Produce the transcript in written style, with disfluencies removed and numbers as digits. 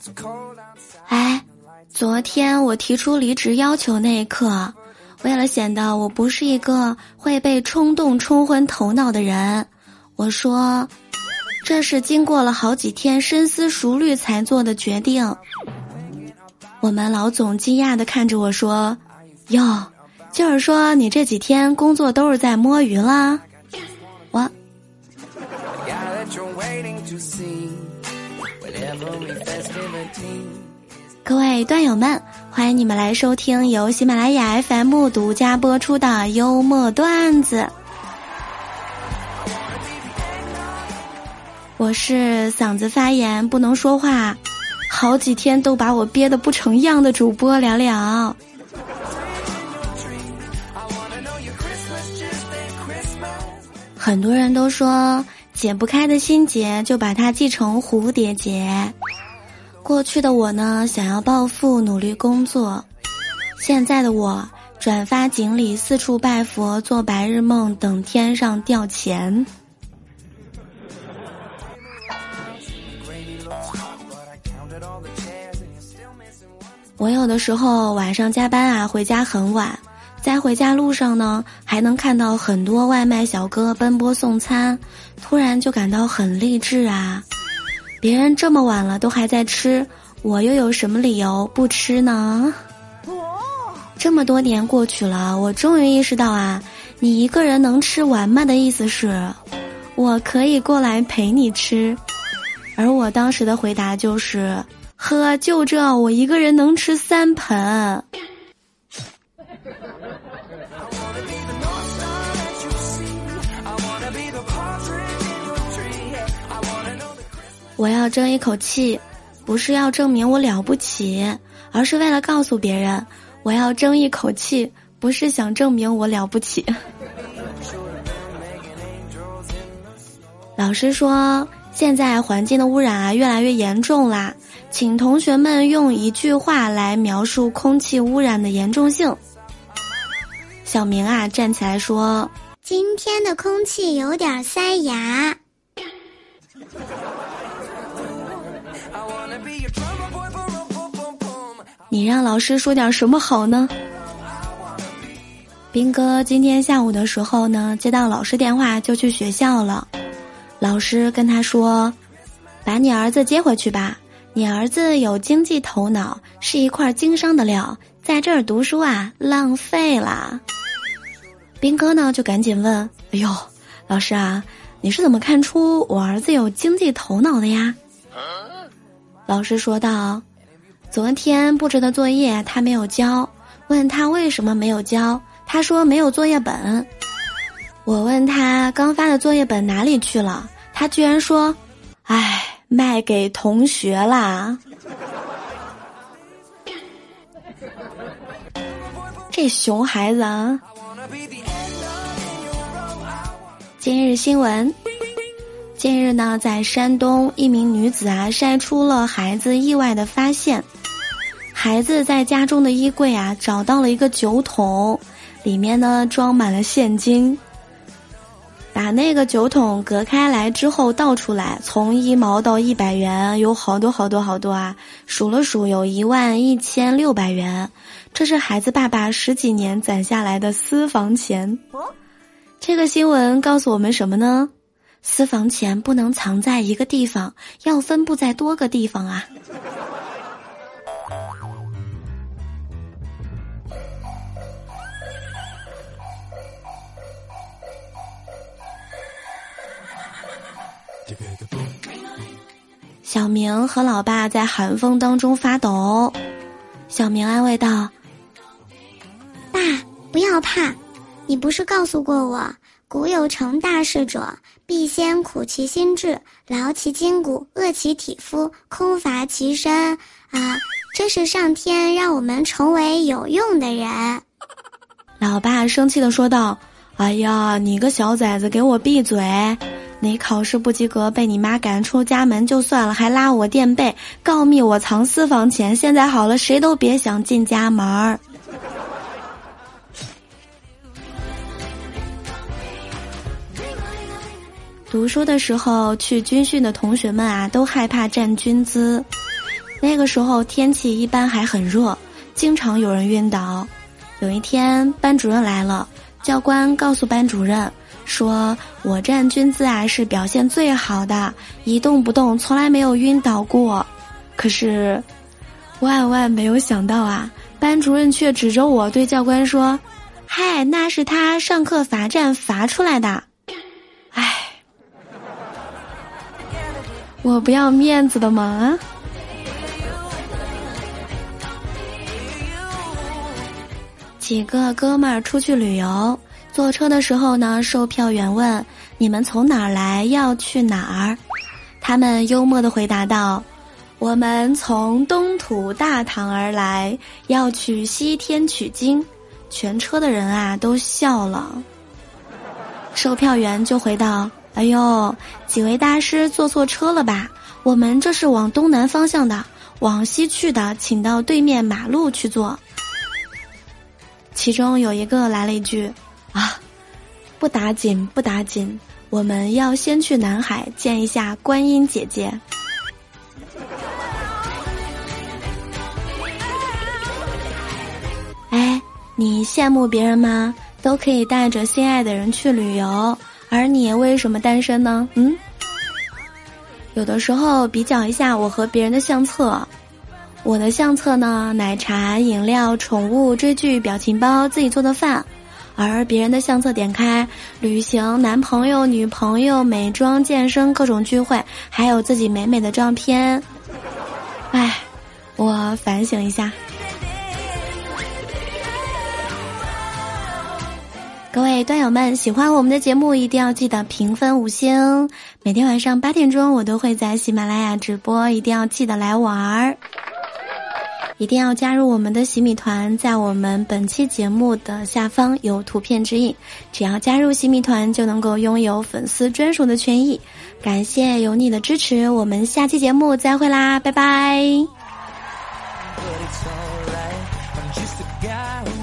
哎，昨天我提出离职要求那一刻，为了显得我不是一个会被冲动冲昏头脑的人，我说这是经过了好几天深思熟虑才做的决定。我们老总惊讶地看着我说，哟，就是说你这几天工作都是在摸鱼啦？我各位段友们，欢迎你们来收听由喜马拉雅 FM 独家播出的幽默段子。我是嗓子发炎不能说话，好几天都把我憋得不成样的主播聊聊。很多人都说解不开的心结就把它记成蝴蝶结。过去的我呢，想要暴富努力工作，现在的我转发锦鲤四处拜佛做白日梦等天上掉钱。我有的时候晚上加班啊，回家很晚，在回家路上呢，还能看到很多外卖小哥奔波送餐，突然就感到很励志啊！别人这么晚了都还在吃，我又有什么理由不吃呢？这么多年过去了，我终于意识到啊，你一个人能吃完吗的意思是，我可以过来陪你吃。而我当时的回答就是，呵，就这，我一个人能吃3盆。我要争一口气，不是要证明我了不起，而是为了告诉别人，我要争一口气，不是想证明我了不起。老师说，现在环境的污染啊越来越严重啦，请同学们用一句话来描述空气污染的严重性。小明啊站起来说， 今天的空气有点塞牙。 你让老师说点什么好呢？斌哥今天下午的时候呢，接到老师电话就去学校了。老师跟他说，把你儿子接回去吧，你儿子有经济头脑，是一块经商的料，在这儿读书啊浪费啦。斌哥呢就赶紧问，哎呦，老师啊，你是怎么看出我儿子有经济头脑的呀？老师说道，昨天布置的作业他没有交，问他为什么没有交，他说没有作业本。我问他刚发的作业本哪里去了，他居然说，哎，卖给同学啦。这熊孩子啊！今日新闻，近日呢，在山东，一名女子啊晒出了孩子意外的发现。孩子在家中的衣柜啊找到了一个酒桶，里面呢装满了现金。把那个酒桶隔开来之后倒出来，从1毛到100元，有好多啊！数了数，有11600元，这是孩子爸爸10几年攒下来的私房钱。这个新闻告诉我们什么呢？私房钱不能藏在一个地方，要分布在多个地方啊。小明和老爸在寒风当中发抖，小明安慰道， 爸，不要怕，你不是告诉过我，古有成大事者，必先苦其心志，劳其筋骨，饿其体肤，空乏其身啊！这是上天让我们成为有用的人。 老爸生气地说道，哎呀，你个小崽子，给我闭嘴！你考试不及格被你妈赶出家门就算了，还拉我垫背，告密我藏私房钱，现在好了，谁都别想进家门儿。读书的时候去军训的同学们啊，都害怕站军姿。 那个时候天气一般还很热，经常有人晕倒。有一天班主任来了，教官告诉班主任说，我站军姿啊是表现最好的，一动不动从来没有晕倒过。可是万万没有想到啊，班主任却指着我对教官说，嗨，那是他上课罚站罚出来的。唉，我不要面子的吗？几个哥们儿出去旅游，坐车的时候呢，售票员问，你们从哪儿来，要去哪儿？他们幽默地回答道，我们从东土大唐而来，要去西天取经。全车的人啊都笑了。售票员就回道，哎呦，几位大师坐错车了吧，我们这是往东南方向的，往西去的请到对面马路去坐。其中有一个来了一句，啊，不打紧不打紧，我们要先去南海见一下观音姐姐。哎，你羡慕别人吗？都可以带着心爱的人去旅游，而你为什么单身呢？有的时候比较一下我和别人的相册，我的相册呢，奶茶、饮料、宠物、追剧、表情包、自己做的饭，而别人的相册点开，旅行、男朋友、女朋友、美妆、健身、各种聚会，还有自己美美的照片。唉，我反省一下。各位段友们，喜欢我们的节目一定要记得评分5星，每天晚上8点钟我都会在喜马拉雅直播，一定要记得来玩儿。一定要加入我们的洗米团，在我们本期节目的下方有图片指引，只要加入洗米团就能够拥有粉丝专属的权益。感谢有你的支持，我们下期节目再会啦，拜拜。